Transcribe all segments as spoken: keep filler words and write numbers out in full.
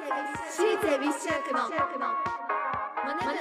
立恵比寿中学のマネ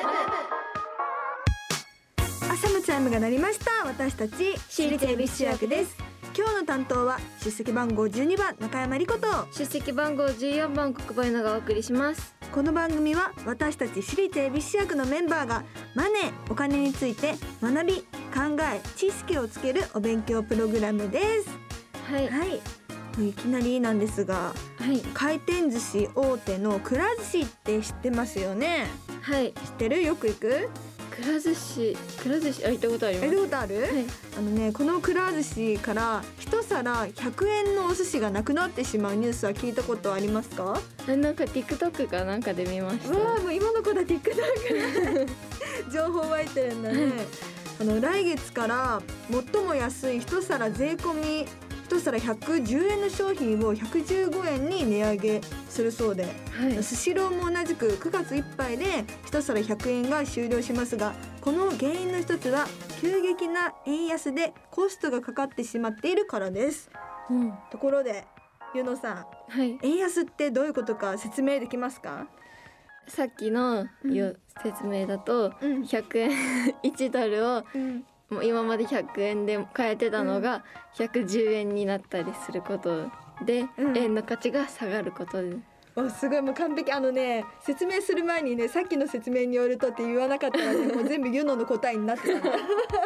ブ。 朝のチャイムが鳴りました。私たち私立恵比寿中学です。今日の担当は出席番号じゅうにばん中山理子と出席番号じゅうよんばん国母稲がお送りします。 この番組は私たち私立恵比寿中学のメンバーがマネー、お金について学び、考え、知識をつけるお勉強プログラムです。 はい、 はい、いきなりなんですが、 はい、 回転寿司大手のくら寿司って知ってますよね。 はい、 知ってる？よく行く？ くら寿司、くら寿司、あ、行ったことあります。 行ったことある？ はい、 あのね、このくら寿司から一皿ひゃくえんのお寿司がなくなってしまうニュースは聞いたことありますか？ あ、なんか TikTok かなんかで見ました。 うわー、もう今の子だ TikTok 情報湧いてるんだねあの来月から最も安い一皿税込み一皿ひゃくじゅうえんの商品をひゃくじゅうごえんに値上げするそうで、 はい、 スシローも同じくくがついっぱいで一皿ひゃくえんが終了しますが、この原因の一つは急激な円安でコストがかかってしまっているからです、 うん、 ところでゆのさん、 はい、 円安ってどういうことか説明できますか？ さっきのよ、うん、説明だと、うん、ひゃくえんいちドルを、うん、もう今までひゃくえんで買えてたのがひゃくじゅうえんになったりすることで、うん、円の価値が下がることで、 お、すごい、もう完璧。あのね、説明する前にね、さっきの説明によるとって言わなかったらね、もう全部ユノの答えになってた打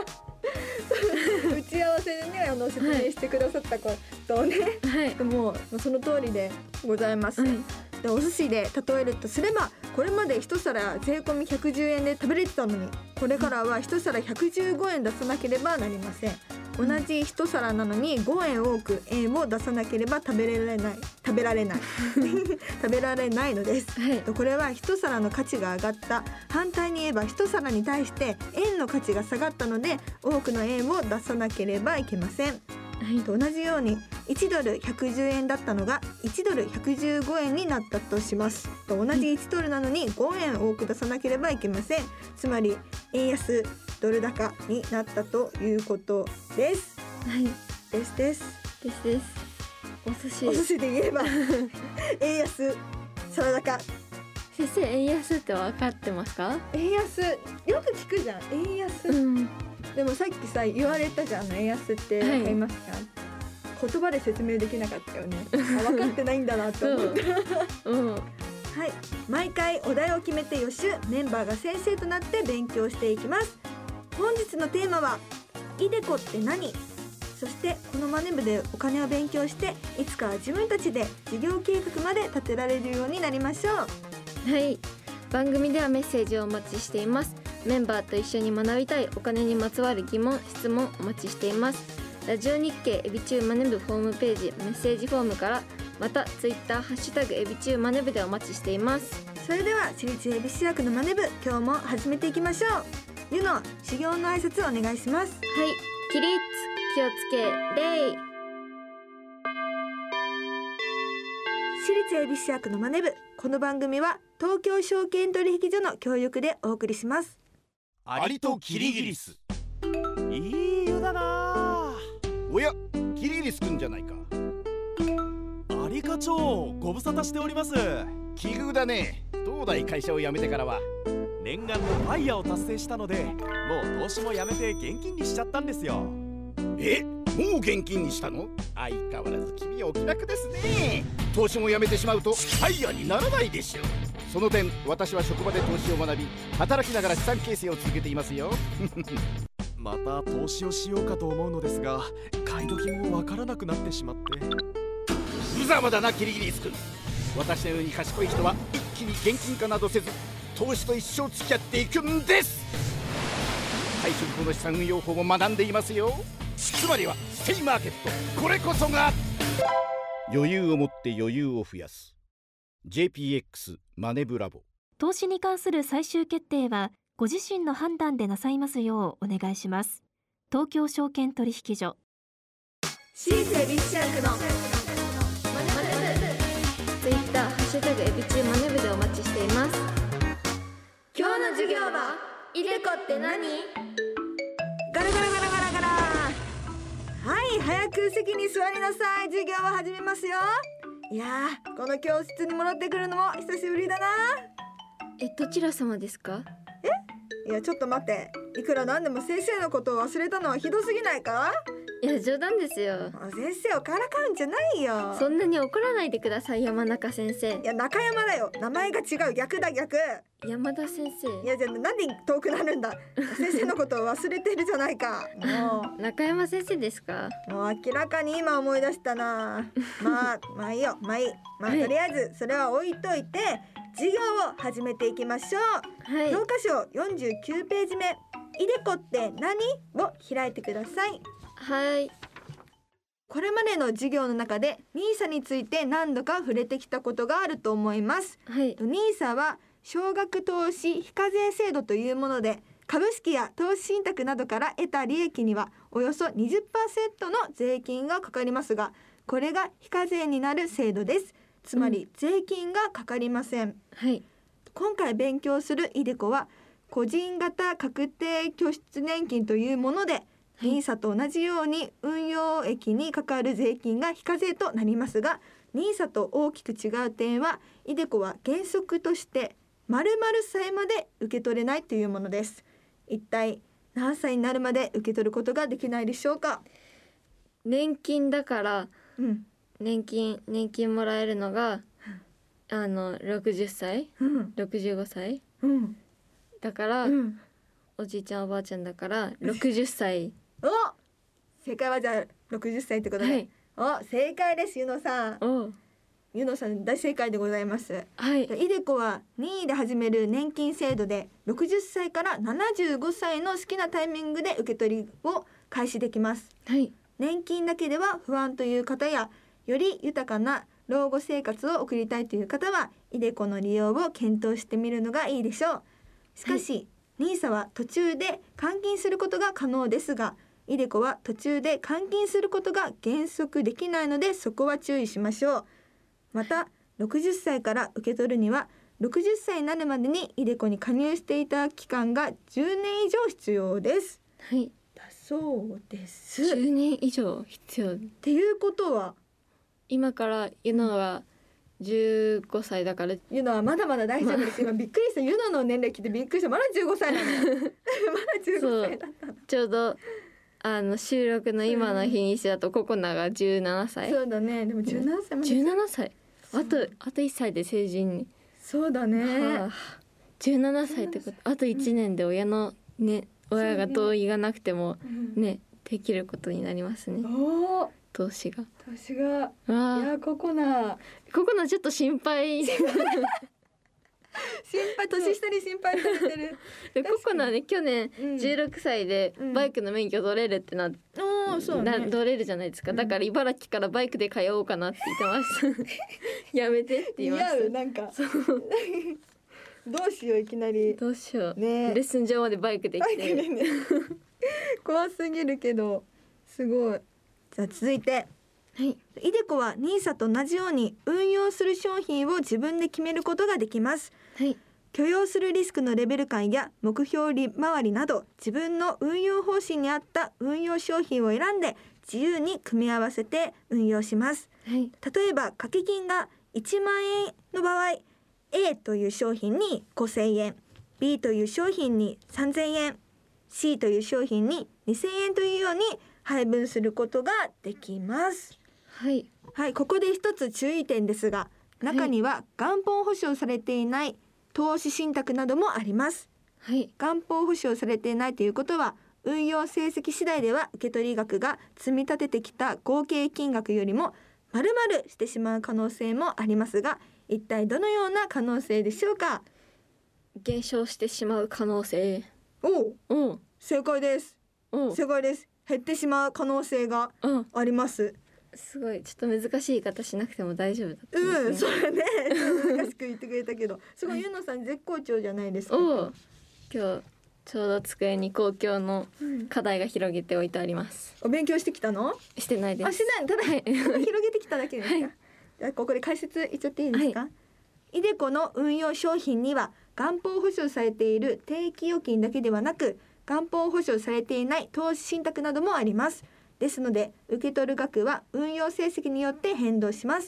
ち合わせでね、あの説明してくださったことをね、はい、もうその通りでございます、はい。で、お寿司で例えるとすれば、これまで一皿税込みひゃくじゅうえんで食べれてたのに、これからは一皿ひゃくじゅうごえん出さなければなりません。同じ一皿なのにごえん多く円を出さなければ食べられない食べられない食べられないのです、はい、これは一皿の価値が上がった、反対に言えば一皿に対して円の価値が下がったので多くの円を出さなければいけません、はい、と同じようにいちドルひゃくじゅうえんだったのがいちドルひゃくじゅうごえんになったとします。と同じいちドルなのにごえん多く出さなければいけません。つまり円安ドル高になったということです。 はい、 ですですですです。お寿司お寿司で言えば円安サラダ高。 先生、円安って分かってますか？ 円安よく聞くじゃん、円安、うん、でもさっきさ言われたじゃん、円安って分かりますか？はい、言葉で説明できなかったよねあ、分かってないんだなと思った、うんうん、はい、毎回お題を決めて予習、メンバーが先生となって勉強していきます。本日のテーマはイデコって何？そしてこのマネ部でお金を勉強していつかは自分たちで事業計画まで立てられるようになりましょう。 はい、番組ではメッセージをお待ちしています。メンバーと一緒に学びたいお金にまつわる疑問・質問お待ちしています。ラジオ日経エビチューマネ部ホームページメッセージフォームから、またツイッターハッシュタグエビチューマネ部でお待ちしています。 それでは私立恵比寿中学のマネ部、今日も始めていきましょう。ゆの修行の挨拶お願いします。 はい、起立、気をつけ礼。 私立恵比寿中学のマネ部、この番組は東京証券取引所の協力でお送りします。 アリとキリギリス、いい湯だな。おや、キリギリスくんじゃないか。 アリ課長、ご無沙汰しております。 奇遇だね。東大会社を辞めてからは念願のファイヤーを達成したので、もう投資もやめて現金にしちゃったんですよ。 え、もう現金にしたの？相変わらず君はお気楽ですね。投資もやめてしまうとファイヤーにならないでしょう。その点、私は職場で投資を学び、働きながら資産形成を続けていますよまた投資をしようかと思うのですが、買い時もわからなくなってしまって。 無様だなキリギリス君。私のように賢い人は一気に現金化などせず、投資と一生付き合っていくんです。退職後の資産運用法も学んでいますよ。つまりはステイマーケット、これこそが余裕を持って余裕を増やす ジェイピーエックス マネブラボ。 投資に関する最終決定はご自身の判断でなさいますようお願いします。東京証券取引所。 私立恵比寿中学のマネブ、ツイッターハッシュタグエビチューマネ部でお待ちしています。 今日の授業はイデコって何？ ガラガラガラガラガラ。はい、早く席に座りなさい。授業を始めますよ。 いやー、この教室に戻ってくるのも久しぶりだな。 え、どちら様ですか？ いやちょっと待って、いくらなんでも先生のことを忘れたのはひどすぎないか？ いや冗談ですよ。 先生をからかうんじゃないよ。 そんなに怒らないでください、山中先生。 いや中山だよ、名前が違う、逆だ逆。 山田先生。 いやじゃあなんで遠くなるんだ。先生のことを忘れてるじゃないか。もう中山先生ですか？ もう明らかに今思い出したな。まあまあいいよ、まあいい、まあ、はい、とりあえずそれは置いといて授業を始めていきましょう。はい、教科書よんじゅうきゅうページ目、イデコって何を開いてください。 はい。 これまでの授業の中で ニーサ について何度か触れてきたことがあると思います。 はい、 ニーサ は少額投資非課税制度というもので、株式や投資信託などから得た利益にはおよそ にじゅっパーセント の税金がかかりますが、これが非課税になる制度です。つまり税金がかかりません。 はい、 今回勉強するイデコは個人型確定拠出年金というもので、ニーサ と同じように運用益にかかる税金が非課税となりますが、ニーサ と大きく違う点は、イデコは原則として〇〇歳まで受け取れないというものです。一体何歳になるまで受け取ることができないでしょうか？ 年金だから、 うん、 年金年金もらえるのが、うん、あのろくじゅっさい、 うん、 ろくじゅうごさい、 うん、 だから、うん、おじいちゃんおばあちゃんだからろくじゅっさい。 お、正解はじゃあろくじゅっさいってことで、はい、お、正解です。ゆのさん、 おゆのさん大正解でございます。 はい、 イデコは任意で始める年金制度で、ろくじゅっさいからななじゅうごさいの好きなタイミングで受け取りを開始できます。 はい、 年金だけでは不安という方や、より豊かな老後生活を送りたいという方は、イデコの利用を検討してみるのがいいでしょう。しかし、はい、ニーサ は途中で換金することが可能ですが、イデコは途中で換金することが原則できないので、そこは注意しましょう。またろくじゅっさいから受け取るには、ろくじゅっさいになるまでにイデコに加入していた期間がじゅうねん以上必要です。 はい、 だそうです。 じゅうねん以上必要っていうことは、 今からユノはじゅうごさいだから、 ユノはまだまだ大丈夫です。今びっくりした。ユノの年齢聞いてびっくりした。まだじゅうごさいなの。まだじゅうごさいだったの。 ちょうどあの収録の今の日にしてだとココナがじゅうななさい。 そうだね。でもじゅうななさいまで。 じゅうななさい。あとあといっさいで成人に。 そうだね。はあ、 じゅうななさいってこと。あといちねんで親のね、親が同意がなくてもね、できることになりますね。 おお。 投資が。 投資が。いやココナ。 ココナちょっと心配。 心配、年下に心配されてる。 でココナね、去年じゅうろくさいでバイクの免許取れるってなって、 うん、そうね、 取れるじゃないですか。だから茨城からバイクで通おうかなって言ってました。やめてって言いました。 似合う、なんかそうどうしよう、いきなりどうしよう、 ね、 レッスン場までバイクで来てる、 ね、怖すぎるけどすごい。じゃあ続いて、 はい、 イデコはニーサと同じように運用する商品を自分で決めることができます。 はい、 許容するリスクのレベル感や目標利回りなど、自分の運用方針に合った運用商品を選んで自由に組み合わせて運用します。 はい、 例えば掛け金がいちまんえんの場合、 A という商品にごせんえん、 B という商品にさんぜんえん、 C という商品ににせんえんというように配分することができます。 はい、 はい、ここで一つ注意点ですが、中には元本保証されていない投資信託などもあります。 はい、 元本保証されていないということは、運用成績次第では受け取り額が積み立ててきた合計金額よりも丸々してしまう可能性もありますが、一体どのような可能性でしょうか？ 減少してしまう可能性。 おおう、 正解です。 おう、 正解です。減ってしまう可能性があります。 すごい、ちょっと難しい言い方しなくても大丈夫だったんですね。うん、それね、難しく言ってくれたけど、すごいゆのさん絶好調じゃないですか。 お、今日ちょうど机に公共の課題が広げておいてあります。 お勉強してきたの？ してないです。 あ、してない。ただ、はい、広げてきただけですか。はい、じゃあここで解説いっちゃっていいですか？はい、イデコの運用商品には元本保証されている定期預金だけではなく、元本保証されていない投資信託などもあります。ですので受け取る額は運用成績によって変動します。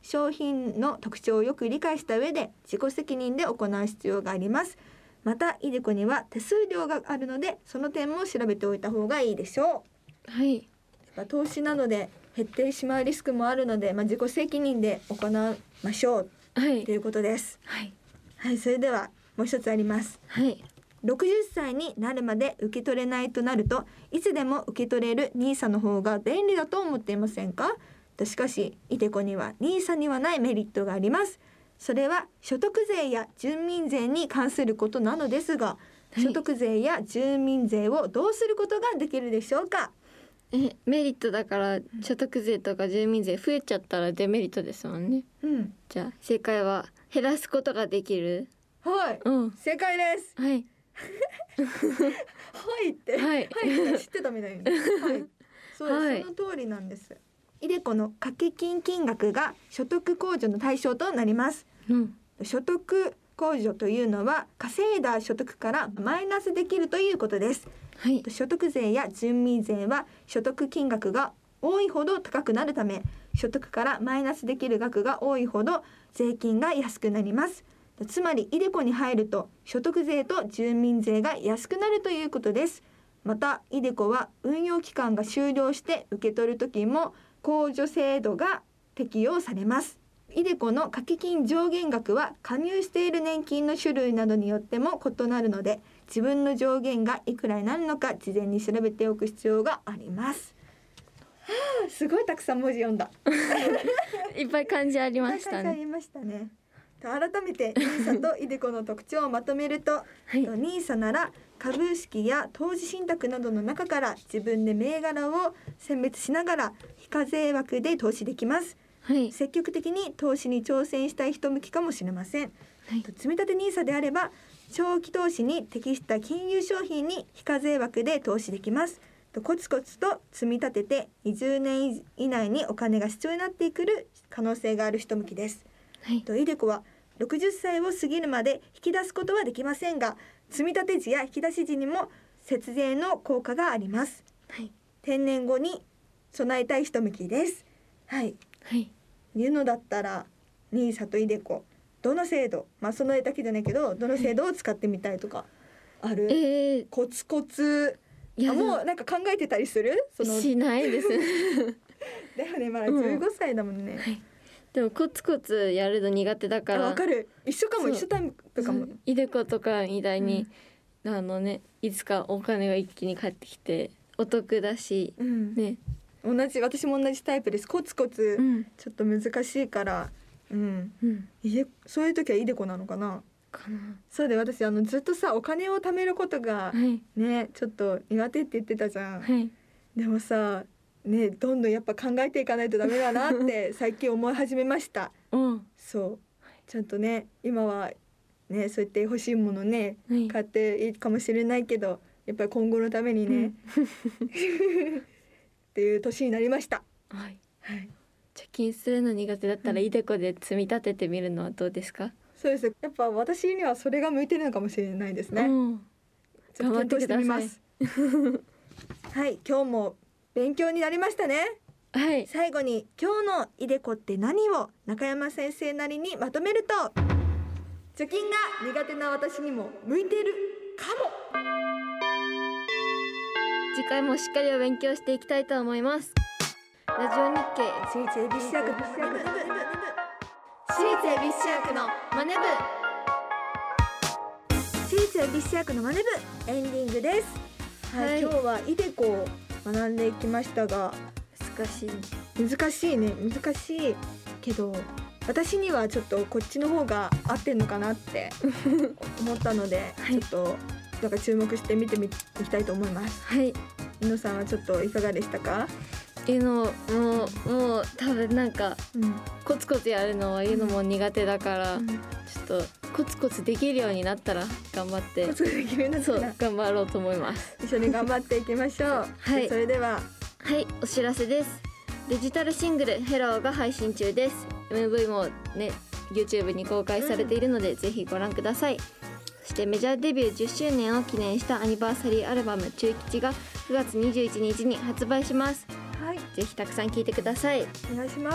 商品の特徴をよく理解した上で自己責任で行う必要があります。またイデコには手数料があるのでその点も調べておいた方がいいでしょう。はい。 投資なので減ってしまうリスクもあるので、まあ、自己責任で行いましょう、はい、ということです。 はい、 はい、それではもう一つあります。 はい。 ろくじゅっさいになるまで受け取れないとなるといつでも受け取れる ニーサ の方が便利だと思っていませんか？しかしイデコには ニーサ にはないメリットがあります。それは所得税や住民税に関することなのですが、はい、所得税や住民税をどうすることができるでしょうか？ えメリットだから所得税とか住民税増えちゃったらデメリットですもんね。 うん、 じゃあ正解は減らすことができる。 はい、うん、正解です。 はいはいって、はい、はい、知ってたみたいに、はい、そう、はい、その通りなんです。イデコの掛け金金額が所得控除の対象となります、 うん、 所得控除というのは稼いだ所得からマイナスできるということです、 はい、 所得税や住民税は所得金額が多いほど高くなるため所得からマイナスできる額が多いほど税金が安くなります。つまりイデコに入ると所得税と住民税が安くなるということです。またイデコは運用期間が終了して受け取る時も控除制度が適用されます。イデコの掛け金上限額は加入している年金の種類などによっても異なるので自分の上限がいくらになるのか事前に調べておく必要があります。はあ、すごいたくさん文字読んだいっぱい漢字ありましたね。 いっぱい漢字ありましたね。改めて ニーサ とイデコの特徴をまとめると、はい、ニーサ なら株式や投資信託などの中から自分で銘柄を選別しながら非課税枠で投資できます、 はい、 積極的に投資に挑戦したい人向きかもしれません、はい、積み立て ニーサ であれば長期投資に適した金融商品に非課税枠で投資できます。コツコツと積み立ててにじゅうねん以内にお金が必要になってくる可能性がある人向きです、 はい、 イデコはろくじゅっさいを過ぎるまで引き出すことはできませんが積み立て時や引き出し時にも節税の効果があります、 はい、 定年後に備えたい人向きです。はい、 はい、 いうのだったら ニーサ とイデコどの制度、まあ備えだけじゃないけどどの制度を使ってみたいとかある、 えー、 コツコツあもうなんか考えてたりする？そのしないですだよね、まだじゅうごさいだもんね、うん、はい、 でもコツコツやるの苦手だから。 わかる、一緒かも、一緒タイムとかも。 イデコとかみたいに、うん、あのねいつかお金が一気に返ってきてお得だし、 うん、 ね、 同じ私も同じタイプです。コツコツ、うん、ちょっと難しいから、うんうん、そういう時はイデコなのかな。 かな。 そうで私あのずっとさお金を貯めることが、はい、ねちょっと苦手って言ってたじゃん、 はい、 でもさねどんどんやっぱ考えていかないとダメだなって最近思い始めました、 うん、 そうちゃんとね今はねそうやって欲しいものね、はい、買っていいかもしれないけどやっぱり今後のためにね、うん、っていう年になりました、 はいはい、 貯金するの苦手だったらイデコで積み立ててみるのはどうですか？ そうです、やっぱ私にはそれが向いてるのかもしれないですね、 うん、頑張ってくださいはい、今日も勉強になりましたね。 はい、 最後に今日のイデコって何を中山先生なりにまとめると、貯金が苦手な私にも向いているかも。 次回もしっかりお勉強していきたいと思います。ラジオ日経私立恵比寿中学私立恵比寿中学のマネ部私立恵比寿中学のマネ部エンディングです、はいはい、今日はイデコを学んでいきましたが難しい難しいね難しいけど私にはちょっとこっちの方が合ってんのかなって思ったので、はい、ちょっとだから注目して見てみいきたいと思います。 はい、 井野さんはちょっといかがでしたか？ いうのもうもう多分なんか、うん、コツコツやるのはいうのも苦手だから、うん、ちょっとコツコツできるようになったら頑張ってコツコツできるようになったらそう頑張ろうと思います。 一緒に頑張っていきましょうはい、 それでははいお知らせです。デジタルシングルヘローが配信中です。 エムブイ もね YouTube に公開されているので、うん、ぜひご覧ください。そしてメジャーデビューじゅっしゅうねんを記念したアニバーサリーアルバム中吉がくがつにじゅういちにちに発売します。 はい、 ぜひたくさん聴いてください。 お願いします。 は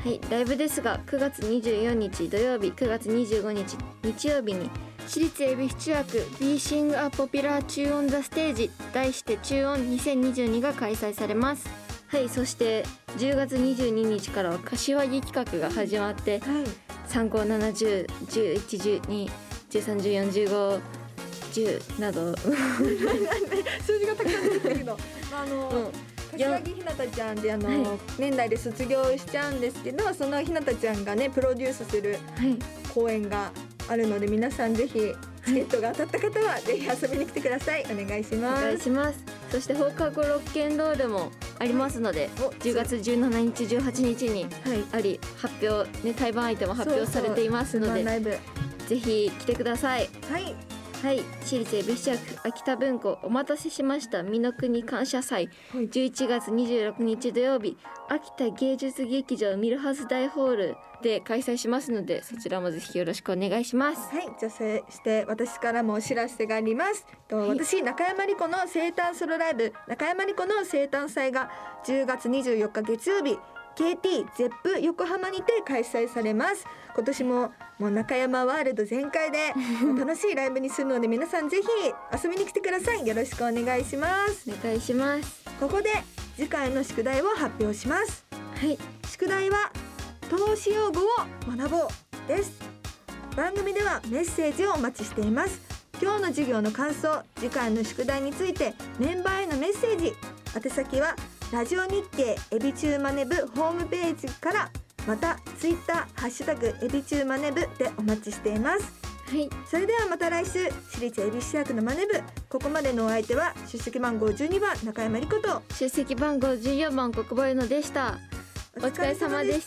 はい、ライブですがくがつにじゅうよっか土曜日、くがつにじゅうごにち日曜日に私立恵比寿中学 We Sing a Popular Tune on the Stage 題して中音にせんにじゅうにが開催されます。はい、そしてじゅうがつにじゅうににちからは柏木企画が始まって、はい、さん、ご、なな、じゅう、じゅういち、じゅうに、じゅうさん、じゅうよん、じゅうご、じゅうなど数字がたくさん出てきたけどあの、うん柏木ひなたちゃんであの、はい、年内で卒業しちゃうんですけど、そのひなたちゃんがねプロデュースする公演があるので、皆さんぜひチケットが当たった方はぜひ遊びに来てください。お願いします。 お願いします。そして放課後ロッケンロールもありますので、はい、じゅうがつじゅうしちにちじゅうはちにちにあり、発表ね対バン相手も発表されていますので、そうそうぜひ来てください。 はいはい、私立恵比寿中学秋田文庫お待たせしました美濃国感謝祭、はい、じゅういちがつにじゅうろくにち土曜日秋田芸術劇場ミルハズ大ホールで開催しますので、そちらもぜひよろしくお願いします。 はい、じゃあそして私からもお知らせがあります。と、はい、私中山莉子の生誕ソロライブ中山莉子の生誕祭がじゅうがつにじゅうよっか月曜日ケーティー ゼップ横浜にて開催されます。今年ももう中山ワールド全開で楽しいライブにするので皆さんぜひ遊びに来てください。よろしくお願いします。 お願いします。 ここで次回の宿題を発表します。 はい、 宿題は投資用語を学ぼうです。番組ではメッセージをお待ちしています。今日の授業の感想、次回の宿題についてメンバーへのメッセージ、宛先はラジオ日経エビチューマネブホームページから、またツイッターハッシュタグエビチューマネブでお待ちしています。 はい、 それではまた来週、私立恵比寿中学のマネブ、ここまでのお相手は出席番号じゅうにばん中山莉子と出席番号じゅうよんばん国母ゆのでした。お疲れ様でした。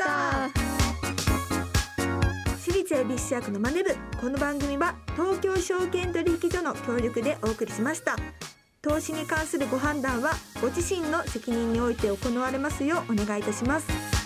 私立恵比寿中学のマネブ、この番組は東京証券取引所の協力でお送りしました。投資に関するご判断はご自身の責任において行われますようお願いいたします。